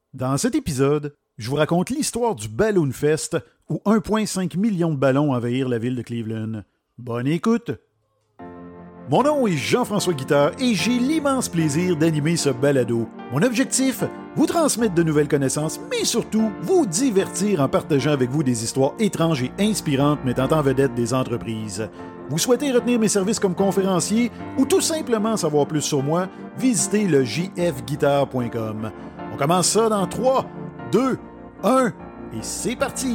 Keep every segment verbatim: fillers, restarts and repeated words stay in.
Dans cet épisode, je vous raconte l'histoire du Balloon Fest où un virgule cinq million de ballons envahirent la ville de Cleveland. Bonne écoute! Mon nom est Jean-François Guitard et j'ai l'immense plaisir d'animer ce balado. Mon objectif, vous transmettre de nouvelles connaissances, mais surtout vous divertir en partageant avec vous des histoires étranges et inspirantes mettant en vedette des entreprises. Vous souhaitez retenir mes services comme conférencier ou tout simplement savoir plus sur moi, visitez le j f guitar point com. On commence ça dans trois, deux, un et c'est parti!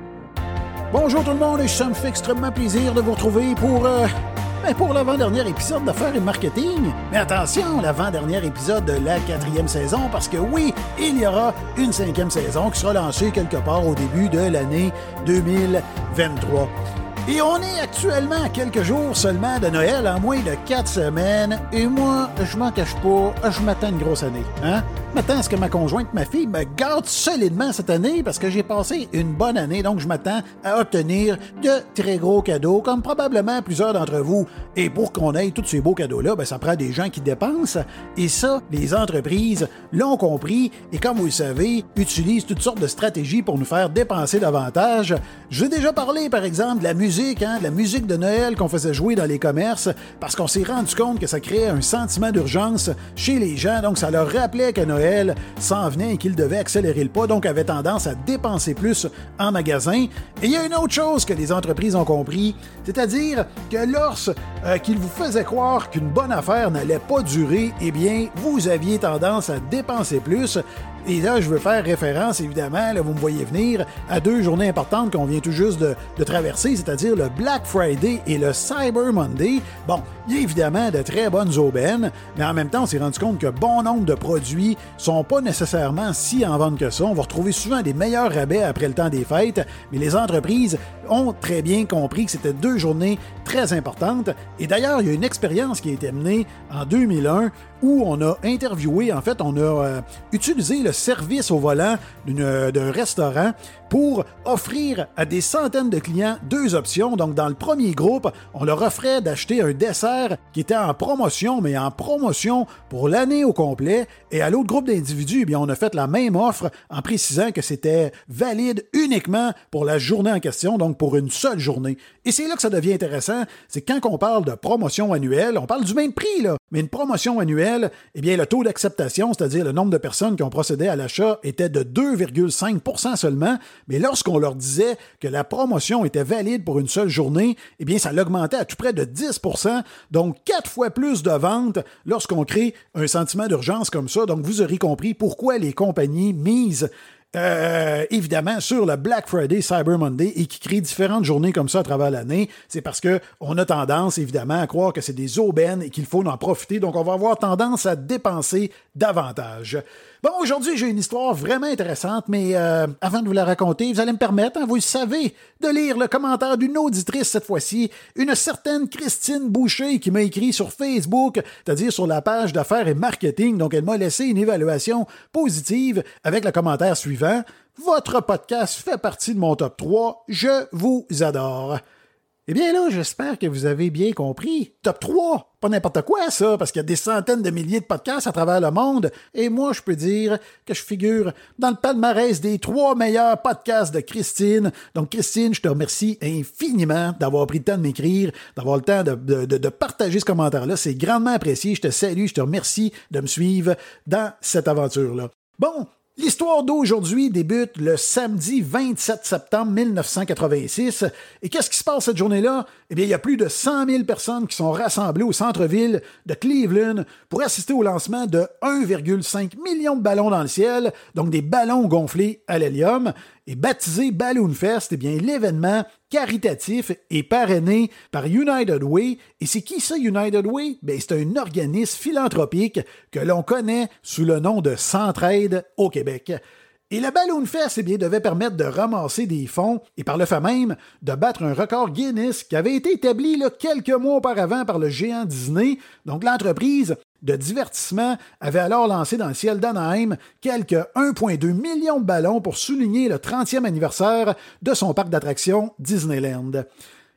Bonjour tout le monde et ça me fait extrêmement plaisir de vous retrouver pour... Euh... Ben pour l'avant-dernier épisode d'Affaires et Marketing. Mais attention, l'avant-dernier épisode de la quatrième saison, parce que oui, il y aura une cinquième saison qui sera lancée quelque part au début de l'année deux mille vingt-trois. Et on est actuellement à quelques jours seulement de Noël, en moins de quatre semaines. Et moi, je m'en cache pas, je m'attends à une grosse année. Hein? Je m'attends à ce que ma conjointe, ma fille, me garde solidement cette année parce que j'ai passé une bonne année. Donc, je m'attends à obtenir de très gros cadeaux, comme probablement plusieurs d'entre vous. Et pour qu'on ait tous ces beaux cadeaux-là, ben, ça prend des gens qui dépensent. Et ça, les entreprises l'ont compris. Et comme vous le savez, utilisent toutes sortes de stratégies pour nous faire dépenser davantage. Je vous ai déjà parlé, par exemple, de la musique, hein, de la musique de Noël qu'on faisait jouer dans les commerces, parce qu'on s'est rendu compte que ça créait un sentiment d'urgence chez les gens. Donc, ça leur rappelait que Noël s'en venait et qu'ils devaient accélérer le pas, donc avaient tendance à dépenser plus en magasin. Et il y a une autre chose que les entreprises ont compris, c'est-à-dire que lorsqu'ils euh, vous faisaient croire qu'une bonne affaire n'allait pas durer, eh bien, vous aviez tendance à dépenser plus. Et là, je veux faire référence, évidemment, là, vous me voyez venir, à deux journées importantes qu'on vient tout juste de, de traverser, c'est-à-dire le Black Friday et le Cyber Monday. Bon, il y a évidemment de très bonnes aubaines, mais en même temps, on s'est rendu compte que bon nombre de produits sont pas nécessairement si en vente que ça. On va retrouver souvent des meilleurs rabais après le temps des fêtes, mais les entreprises ont très bien compris que c'était deux journées très importantes. Et d'ailleurs, il y a une expérience qui a été menée en deux mille un où on a interviewé, en fait, on a euh, utilisé le service au volant d'une, d'un restaurant pour offrir à des centaines de clients deux options. Donc, dans le premier groupe, on leur offrait d'acheter un dessert qui était en promotion, mais en promotion pour l'année au complet. Et à l'autre groupe d'individus, eh bien, on a fait la même offre en précisant que c'était valide uniquement pour la journée en question, donc pour une seule journée. Et c'est là que ça devient intéressant, c'est quand on parle de promotion annuelle, on parle du même prix, là, mais une promotion annuelle, eh bien, le taux d'acceptation, c'est-à-dire le nombre de personnes qui ont procédé à l'achat, était de deux virgule cinq pour cent seulement. Mais lorsqu'on leur disait que la promotion était valide pour une seule journée, eh bien, ça l'augmentait à tout près de dix pour cent, donc quatre fois plus de ventes lorsqu'on crée un sentiment d'urgence comme ça. Donc, vous aurez compris pourquoi les compagnies misent Euh, évidemment sur le Black Friday, Cyber Monday et qui crée différentes journées comme ça à travers l'année. C'est parce qu'on a tendance évidemment à croire que c'est des aubaines et qu'il faut en profiter. Donc on va avoir tendance à dépenser davantage. Bon, aujourd'hui j'ai une histoire vraiment intéressante, mais euh, avant de vous la raconter, vous allez me permettre, hein, vous le savez, de lire le commentaire d'une auditrice cette fois-ci, une certaine Christine Boucher qui m'a écrit sur Facebook, c'est-à-dire sur la page d'Affaires et Marketing. Donc elle m'a laissé une évaluation positive avec le commentaire suivant. Votre podcast fait partie de mon top trois. Je vous adore. Eh bien là, j'espère que vous avez bien compris. Top trois, pas n'importe quoi ça, parce qu'il y a des centaines de milliers de podcasts à travers le monde. Et moi, je peux dire que je figure dans le palmarès des trois meilleurs podcasts de Christine. Donc Christine, je te remercie infiniment d'avoir pris le temps de m'écrire, d'avoir le temps de, de, de, de partager ce commentaire-là. C'est grandement apprécié. Je te salue, je te remercie de me suivre dans cette aventure-là. Bon, l'histoire d'aujourd'hui débute le samedi vingt-sept septembre mille neuf cent quatre-vingt-six. Et qu'est-ce qui se passe cette journée-là? Eh bien, il y a plus de cent mille personnes qui sont rassemblées au centre-ville de Cleveland pour assister au lancement de un virgule cinq million de ballons dans le ciel, donc des ballons gonflés à l'hélium. Et baptisé Balloon Fest, eh bien, l'événement caritatif est parrainé par United Way. Et c'est qui ça, United Way? Bien, c'est un organisme philanthropique que l'on connaît sous le nom de Centraide au Québec. Et le Balloon Fest, eh bien, devait permettre de ramasser des fonds et par le fait même de battre un record Guinness qui avait été établi là, quelques mois auparavant par le géant Disney. Donc l'entreprise de divertissement avait alors lancé dans le ciel d'Anaheim quelques un virgule deux million de ballons pour souligner le trentième anniversaire de son parc d'attractions Disneyland.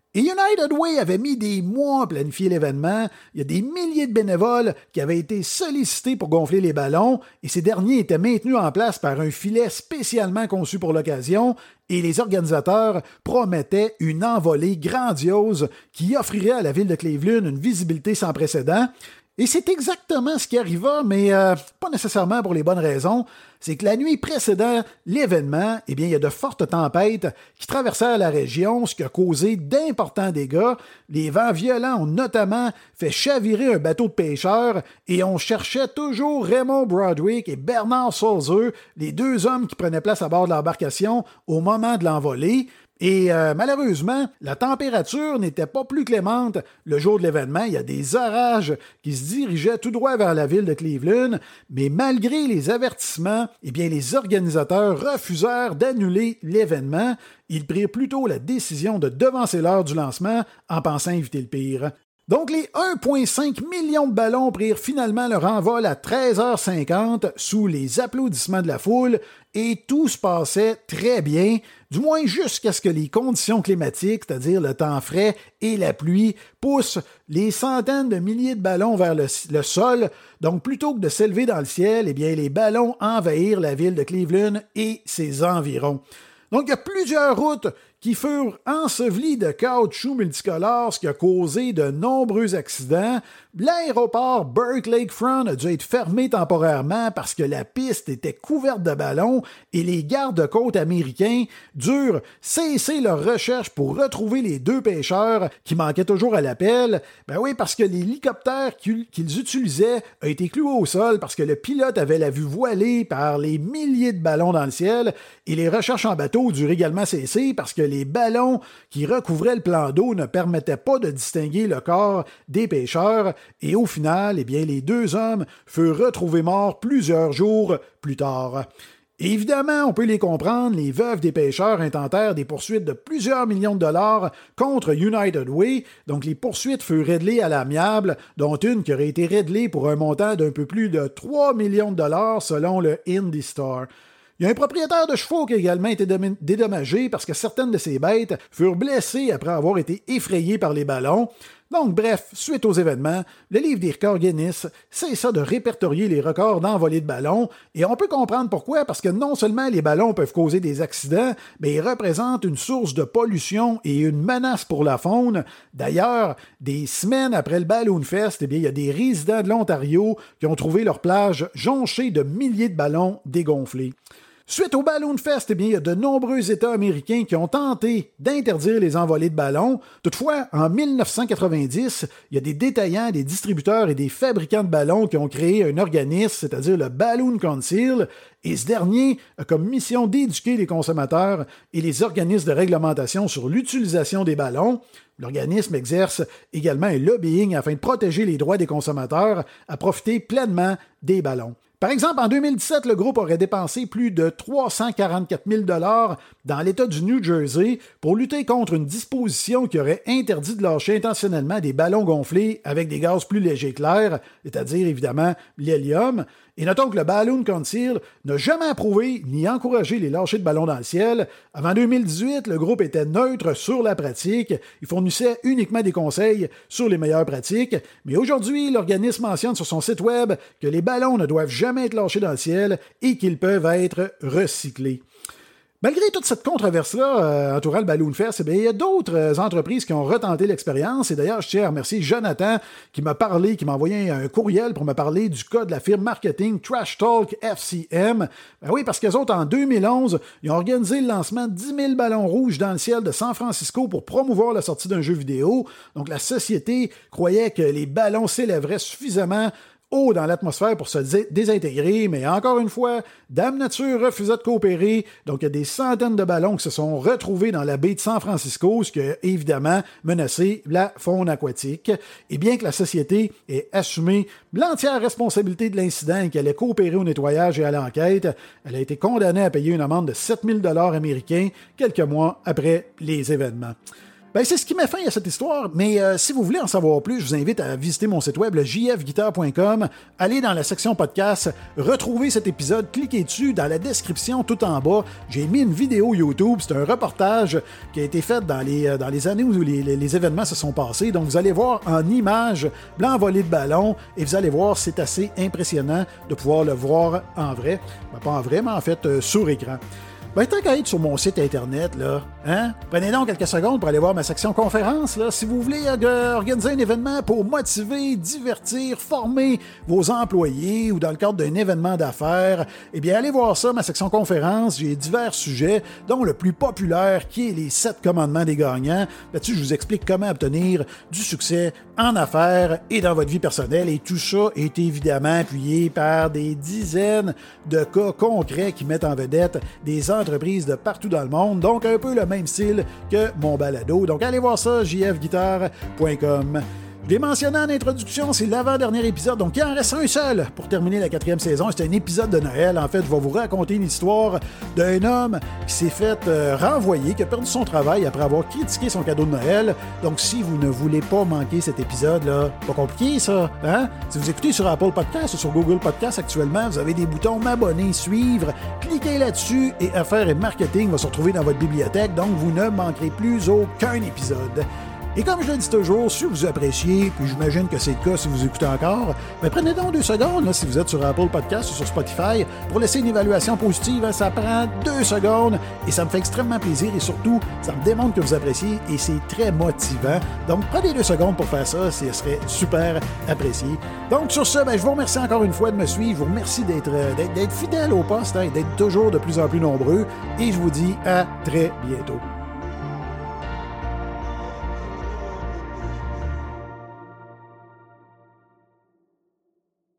Et United Way avait mis des mois à planifier l'événement. Il y a des milliers de bénévoles qui avaient été sollicités pour gonfler les ballons et ces derniers étaient maintenus en place par un filet spécialement conçu pour l'occasion et les organisateurs promettaient une envolée grandiose qui offrirait à la ville de Cleveland une visibilité sans précédent. Et c'est exactement ce qui arriva, mais euh, pas nécessairement pour les bonnes raisons. C'est que la nuit précédant l'événement, eh bien, il y a de fortes tempêtes qui traversèrent la région, ce qui a causé d'importants dégâts. Les vents violents ont notamment fait chavirer un bateau de pêcheurs et on cherchait toujours Raymond Broderick et Bernard Sulzer, les deux hommes qui prenaient place à bord de l'embarcation au moment de l'envolée. Et euh, malheureusement, la température n'était pas plus clémente le jour de l'événement. Il y a des orages qui se dirigeaient tout droit vers la ville de Cleveland, mais malgré les avertissements, eh bien, les organisateurs refusèrent d'annuler l'événement. Ils prirent plutôt la décision de devancer l'heure du lancement en pensant éviter le pire. Donc, les un virgule cinq millions de ballons prirent finalement leur envol à treize heures cinquante sous les applaudissements de la foule et tout se passait très bien, du moins jusqu'à ce que les conditions climatiques, c'est-à-dire le temps frais et la pluie, poussent les centaines de milliers de ballons vers le, le sol. Donc, plutôt que de s'élever dans le ciel, eh bien, les ballons envahirent la ville de Cleveland et ses environs. Donc, il y a plusieurs routes qui furent ensevelies de caoutchouc multicolore, ce qui a causé de nombreux accidents. L'aéroport Burke Lakefront a dû être fermé temporairement parce que la piste était couverte de ballons et les gardes-côtes américains durent cesser leurs recherches pour retrouver les deux pêcheurs qui manquaient toujours à l'appel. Ben oui, parce que l'hélicoptère qu'ils utilisaient a été cloué au sol parce que le pilote avait la vue voilée par les milliers de ballons dans le ciel et les recherches en bateau durent également cesser parce que les ballons qui recouvraient le plan d'eau ne permettaient pas de distinguer le corps des pêcheurs et au final, eh bien, les deux hommes furent retrouvés morts plusieurs jours plus tard. Et évidemment, on peut les comprendre, les veuves des pêcheurs intentèrent des poursuites de plusieurs millions de dollars contre United Way, donc les poursuites furent réglées à l'amiable, dont une qui aurait été réglée pour un montant d'un peu plus de trois millions de dollars selon le Indy Star. Il y a un propriétaire de chevaux qui a également été dédommagé parce que certaines de ses bêtes furent blessées après avoir été effrayées par les ballons. Donc, bref, suite aux événements, le livre des records Guinness cessa de répertorier les records d'envolée de ballons, et on peut comprendre pourquoi, parce que non seulement les ballons peuvent causer des accidents, mais ils représentent une source de pollution et une menace pour la faune. D'ailleurs, des semaines après le Balloon Fest, eh bien, il y a des résidents de l'Ontario qui ont trouvé leur plage jonchée de milliers de ballons dégonflés. Suite au Balloon Fest, eh bien, il y a de nombreux États américains qui ont tenté d'interdire les envolées de ballons. Toutefois, en dix-neuf cent quatre-vingt-dix, il y a des détaillants, des distributeurs et des fabricants de ballons qui ont créé un organisme, c'est-à-dire le Balloon Council, et ce dernier a comme mission d'éduquer les consommateurs et les organismes de réglementation sur l'utilisation des ballons. L'organisme exerce également un lobbying afin de protéger les droits des consommateurs à profiter pleinement des ballons. Par exemple, en deux mille dix-sept, le groupe aurait dépensé plus de trois cent quarante-quatre mille dollars dans l'État du New Jersey pour lutter contre une disposition qui aurait interdit de lâcher intentionnellement des ballons gonflés avec des gaz plus légers que l'air, c'est-à-dire évidemment l'hélium. Et notons que le Balloon Council n'a jamais approuvé ni encouragé les lâchers de ballons dans le ciel. Avant deux mille dix-huit, le groupe était neutre sur la pratique. Il fournissait uniquement des conseils sur les meilleures pratiques. Mais aujourd'hui, l'organisme mentionne sur son site web que les ballons ne doivent jamais être lâchés dans le ciel et qu'ils peuvent être recyclés. Malgré toute cette controverse-là euh, entourant le Balloon Fest, eh bien, il y a d'autres euh, entreprises qui ont retenté l'expérience. Et d'ailleurs, je tiens à remercier Jonathan qui m'a parlé, qui m'a envoyé un courriel pour me parler du cas de la firme marketing Trash Talk F C M. Ben oui, parce qu'eux autres, en deux mille onze, ils ont organisé le lancement de dix mille ballons rouges dans le ciel de San Francisco pour promouvoir la sortie d'un jeu vidéo. Donc, la société croyait que les ballons s'élèveraient suffisamment haut dans l'atmosphère pour se désintégrer, mais encore une fois, Dame Nature refusa de coopérer, donc il y a des centaines de ballons qui se sont retrouvés dans la baie de San Francisco, ce qui a évidemment menacé la faune aquatique. Et bien que la société ait assumé l'entière responsabilité de l'incident et qu'elle ait coopéré au nettoyage et à l'enquête, elle a été condamnée à payer une amende de sept mille dollars américains quelques mois après les événements. Ben, c'est ce qui met fin à cette histoire, mais euh, si vous voulez en savoir plus, je vous invite à visiter mon site web, le j f guitar point com, aller dans la section podcast, retrouver cet épisode, cliquez dessus, dans la description tout en bas, j'ai mis une vidéo YouTube, c'est un reportage qui a été fait dans les, dans les années où les, les, les événements se sont passés, donc vous allez voir en images l'envolée de ballons, et vous allez voir, c'est assez impressionnant de pouvoir le voir en vrai, ben, pas en vrai, mais en fait euh, sur écran. Ben, tant qu'à être sur mon site internet, là, hein, prenez donc quelques secondes pour aller voir ma section conférence, là. Si vous voulez euh, organiser un événement pour motiver, divertir, former vos employés ou dans le cadre d'un événement d'affaires, eh bien, allez voir ça, ma section conférence. J'ai divers sujets, dont le plus populaire qui est les sept commandements des gagnants. Là-dessus, je vous explique comment obtenir du succès en affaires et dans votre vie personnelle. Et tout ça est évidemment appuyé par des dizaines de cas concrets qui mettent en vedette des entreprises de partout dans le monde, donc un peu le même style que mon balado. Donc allez voir ça, j f guitar point com. Je l'ai mentionné en introduction, c'est l'avant-dernier épisode, donc il en reste un seul pour terminer la quatrième saison. C'est un épisode de Noël. En fait, je vais vous raconter l'histoire d'un homme qui s'est fait euh, renvoyer, qui a perdu son travail après avoir critiqué son cadeau de Noël. Donc si vous ne voulez pas manquer cet épisode-là, pas compliqué ça, hein? Si vous écoutez sur Apple Podcasts ou sur Google Podcasts actuellement, vous avez des boutons m'abonner, suivre, cliquez là-dessus et Affaires et Marketing va se retrouver dans votre bibliothèque, donc vous ne manquerez plus aucun épisode. Et comme je le dis toujours, si vous appréciez, puis j'imagine que c'est le cas si vous écoutez encore, ben prenez donc deux secondes, là, si vous êtes sur Apple Podcasts ou sur Spotify, pour laisser une évaluation positive. Hein, ça prend deux secondes et ça me fait extrêmement plaisir et surtout, ça me démontre que vous appréciez et c'est très motivant. Donc, prenez deux secondes pour faire ça, ce serait super apprécié. Donc, sur ce, ben, je vous remercie encore une fois de me suivre. Je vous remercie d'être, d'être, d'être fidèle au poste hein, et d'être toujours de plus en plus nombreux. Et je vous dis à très bientôt.